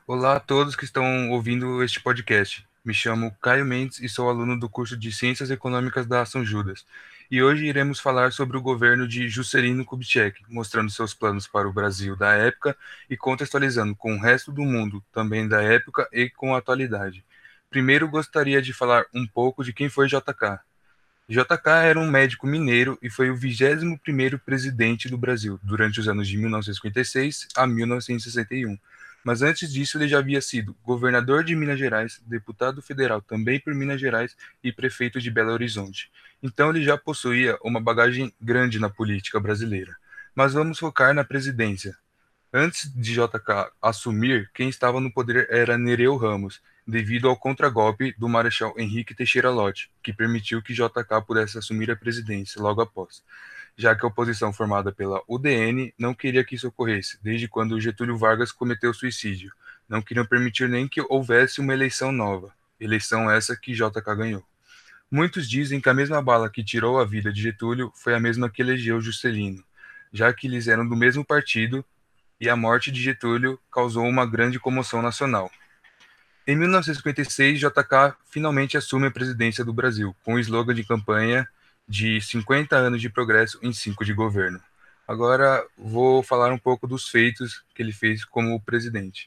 Olá a todos que estão ouvindo este podcast. Me chamo Caio Mendes e sou aluno do curso de Ciências Econômicas da São Judas. E hoje iremos falar sobre o governo de Juscelino Kubitschek, mostrando seus planos para o Brasil da época e contextualizando com o resto do mundo, também da época e com a atualidade. Primeiro, gostaria de falar um pouco de quem foi JK. JK era um médico mineiro e foi o 21º presidente do Brasil durante os anos de 1956 a 1961. Mas antes disso, ele já havia sido governador de Minas Gerais, deputado federal também por Minas Gerais e prefeito de Belo Horizonte. Então ele já possuía uma bagagem grande na política brasileira. Mas vamos focar na presidência. Antes de JK assumir, quem estava no poder era Nereu Ramos, devido ao contragolpe do Marechal Henrique Teixeira Lott, que permitiu que JK pudesse assumir a presidência logo após, já que a oposição formada pela UDN não queria que isso ocorresse, desde quando Getúlio Vargas cometeu suicídio. Não queriam permitir nem que houvesse uma eleição nova, eleição essa que JK ganhou. Muitos dizem que a mesma bala que tirou a vida de Getúlio foi a mesma que elegeu Juscelino, já que eles eram do mesmo partido e a morte de Getúlio causou uma grande comoção nacional. Em 1956, JK finalmente assume a presidência do Brasil, com o slogan de campanha de 50 anos de progresso em 5 de governo. Agora vou falar um pouco dos feitos que ele fez como presidente.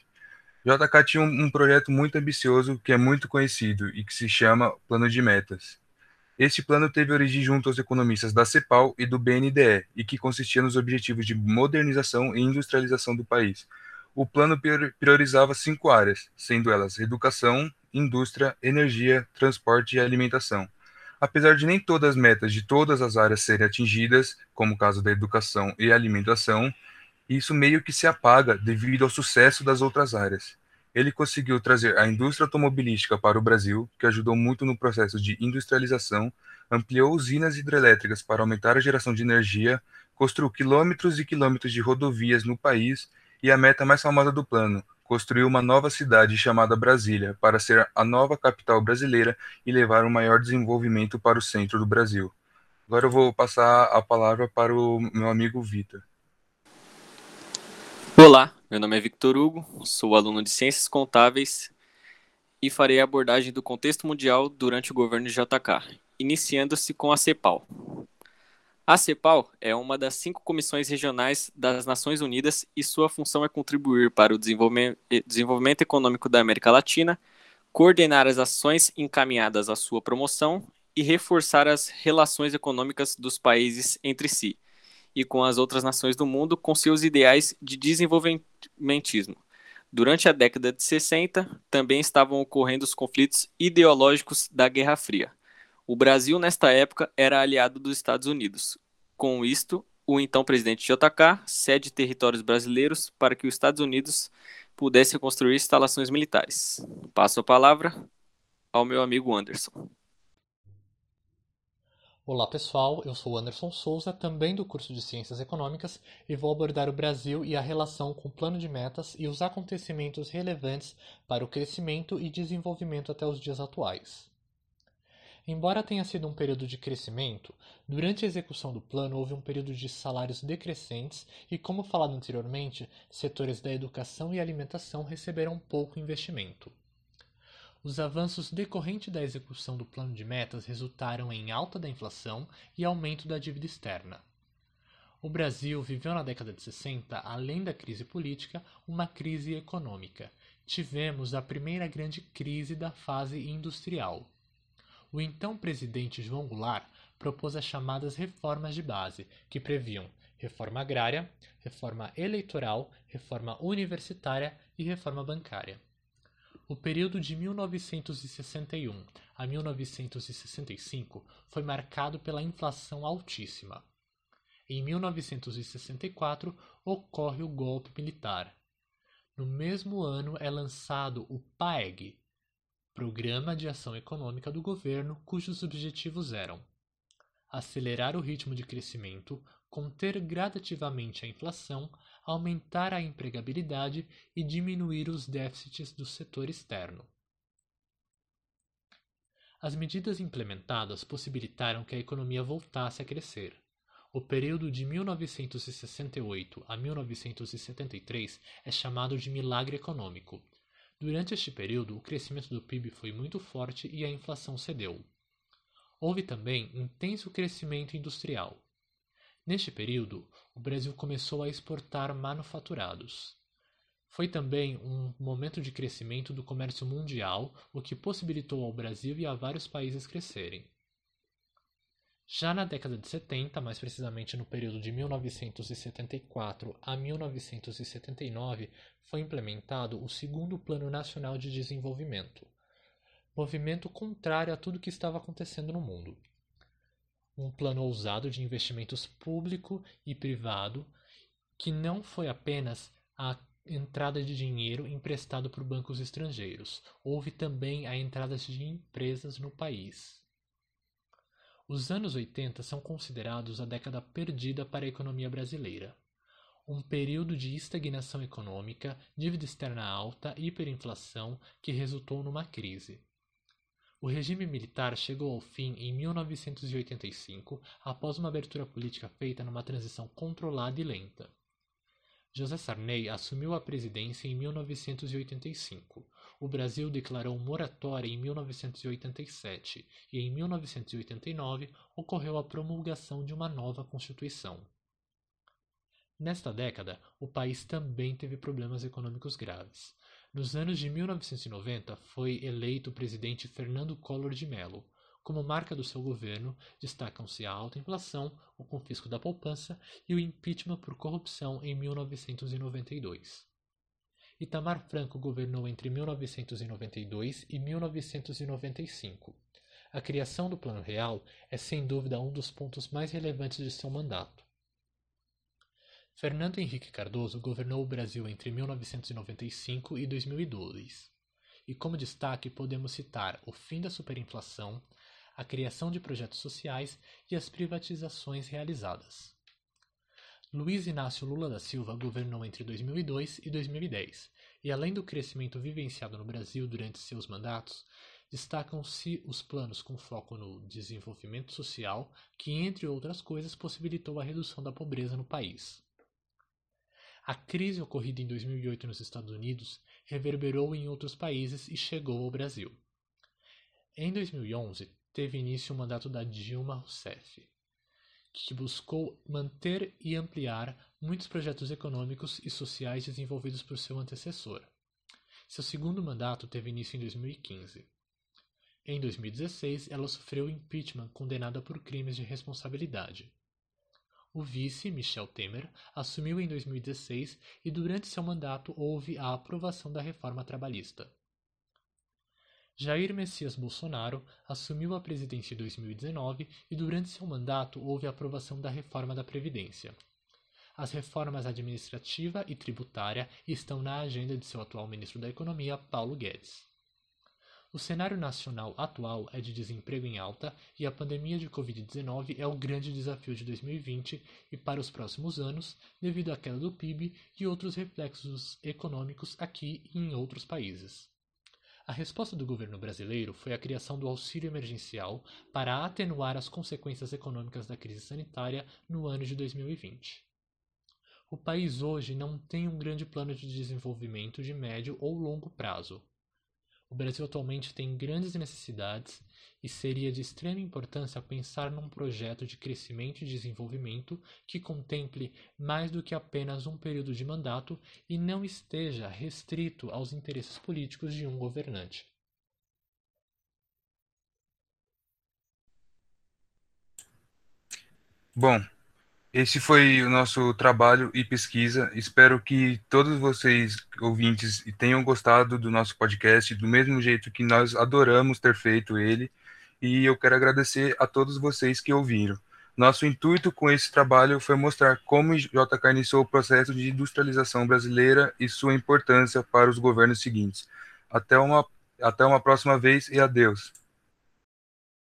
JK tinha um projeto muito ambicioso que é muito conhecido e que se chama Plano de Metas. Este plano teve origem junto aos economistas da CEPAL e do BNDE, e que consistia nos objetivos de modernização e industrialização do país. O plano priorizava 5 áreas, sendo elas educação, indústria, energia, transporte e alimentação. Apesar de nem todas as metas de todas as áreas serem atingidas, como o caso da educação e alimentação, isso meio que se apaga devido ao sucesso das outras áreas. Ele conseguiu trazer a indústria automobilística para o Brasil, que ajudou muito no processo de industrialização, ampliou usinas hidrelétricas para aumentar a geração de energia, construiu quilômetros e quilômetros de rodovias no país e a meta mais famosa do plano, construiu uma nova cidade chamada Brasília para ser a nova capital brasileira e levar um maior desenvolvimento para o centro do Brasil. Agora eu vou passar a palavra para o meu amigo Vitor. Olá, meu nome é Victor Hugo, sou aluno de Ciências Contábeis e farei a abordagem do contexto mundial durante o governo de JK, iniciando-se com a CEPAL. A CEPAL é uma das 5 comissões regionais das Nações Unidas e sua função é contribuir para o desenvolvimento econômico da América Latina, coordenar as ações encaminhadas à sua promoção e reforçar as relações econômicas dos países entre si e com as outras nações do mundo com seus ideais de desenvolvimentismo. Durante a década de 60, também estavam ocorrendo os conflitos ideológicos da Guerra Fria. O Brasil, nesta época, era aliado dos Estados Unidos. Com isto, o então presidente JK cede territórios brasileiros para que os Estados Unidos pudessem construir instalações militares. Passo a palavra ao meu amigo Anderson. Olá pessoal, eu sou Anderson Souza, também do curso de Ciências Econômicas, e vou abordar o Brasil e a relação com o plano de metas e os acontecimentos relevantes para o crescimento e desenvolvimento até os dias atuais. Embora tenha sido um período de crescimento, durante a execução do plano houve um período de salários decrescentes e, como falado anteriormente, setores da educação e alimentação receberam pouco investimento. Os avanços decorrentes da execução do plano de metas resultaram em alta da inflação e aumento da dívida externa. O Brasil viveu na década de 60, além da crise política, uma crise econômica. Tivemos a primeira grande crise da fase industrial. O então presidente João Goulart propôs as chamadas reformas de base, que previam reforma agrária, reforma eleitoral, reforma universitária e reforma bancária. O período de 1961 a 1965 foi marcado pela inflação altíssima. Em 1964 ocorre o golpe militar. No mesmo ano é lançado o PAEG, Programa de Ação Econômica do Governo, cujos objetivos eram acelerar o ritmo de crescimento, conter gradativamente a inflação, aumentar a empregabilidade e diminuir os déficits do setor externo. As medidas implementadas possibilitaram que a economia voltasse a crescer. O período de 1968 a 1973 é chamado de milagre econômico. Durante este período, o crescimento do PIB foi muito forte e a inflação cedeu. Houve também intenso crescimento industrial. Neste período, o Brasil começou a exportar manufaturados. Foi também um momento de crescimento do comércio mundial, o que possibilitou ao Brasil e a vários países crescerem. Já na década de 70, mais precisamente no período de 1974 a 1979, foi implementado o Segundo Plano Nacional de Desenvolvimento, movimento contrário a tudo que estava acontecendo no mundo. Um plano ousado de investimentos público e privado, que não foi apenas a entrada de dinheiro emprestado por bancos estrangeiros, houve também a entrada de empresas no país. Os anos 80 são considerados a década perdida para a economia brasileira. Um período de estagnação econômica, dívida externa alta e hiperinflação que resultou numa crise. O regime militar chegou ao fim em 1985, após uma abertura política feita numa transição controlada e lenta. José Sarney assumiu a presidência em 1985. O Brasil declarou moratória em 1987 e em 1989 ocorreu a promulgação de uma nova Constituição. Nesta década, o país também teve problemas econômicos graves. Nos anos de 1990, foi eleito o presidente Fernando Collor de Mello. Como marca do seu governo, destacam-se a alta inflação, o confisco da poupança e o impeachment por corrupção em 1992. Itamar Franco governou entre 1992 e 1995. A criação do Plano Real é sem dúvida um dos pontos mais relevantes de seu mandato. Fernando Henrique Cardoso governou o Brasil entre 1995 e 2002. E como destaque podemos citar o fim da superinflação, a criação de projetos sociais e as privatizações realizadas. Luiz Inácio Lula da Silva governou entre 2002 e 2010, e além do crescimento vivenciado no Brasil durante seus mandatos, destacam-se os planos com foco no desenvolvimento social, que, entre outras coisas, possibilitou a redução da pobreza no país. A crise ocorrida em 2008 nos Estados Unidos reverberou em outros países e chegou ao Brasil. Em 2011, teve início o mandato da Dilma Rousseff, que buscou manter e ampliar muitos projetos econômicos e sociais desenvolvidos por seu antecessor. Seu segundo mandato teve início em 2015. Em 2016, ela sofreu impeachment, condenada por crimes de responsabilidade. O vice, Michel Temer, assumiu em 2016 e durante seu mandato houve a aprovação da reforma trabalhista. Jair Messias Bolsonaro assumiu a presidência em 2019 e durante seu mandato houve a aprovação da reforma da Previdência. As reformas administrativa e tributária estão na agenda de seu atual ministro da Economia, Paulo Guedes. O cenário nacional atual é de desemprego em alta e a pandemia de Covid-19 é o grande desafio de 2020 e para os próximos anos, devido à queda do PIB e outros reflexos econômicos aqui e em outros países. A resposta do governo brasileiro foi a criação do auxílio emergencial para atenuar as consequências econômicas da crise sanitária no ano de 2020. O país hoje não tem um grande plano de desenvolvimento de médio ou longo prazo. O Brasil atualmente tem grandes necessidades e seria de extrema importância pensar num projeto de crescimento e desenvolvimento que contemple mais do que apenas um período de mandato e não esteja restrito aos interesses políticos de um governante. Bom, esse foi o nosso trabalho e pesquisa. Espero que todos vocês, ouvintes, tenham gostado do nosso podcast, do mesmo jeito que nós adoramos ter feito ele. E eu quero agradecer a todos vocês que ouviram. Nosso intuito com esse trabalho foi mostrar como o JK iniciou o processo de industrialização brasileira e sua importância para os governos seguintes. Até uma próxima vez e adeus.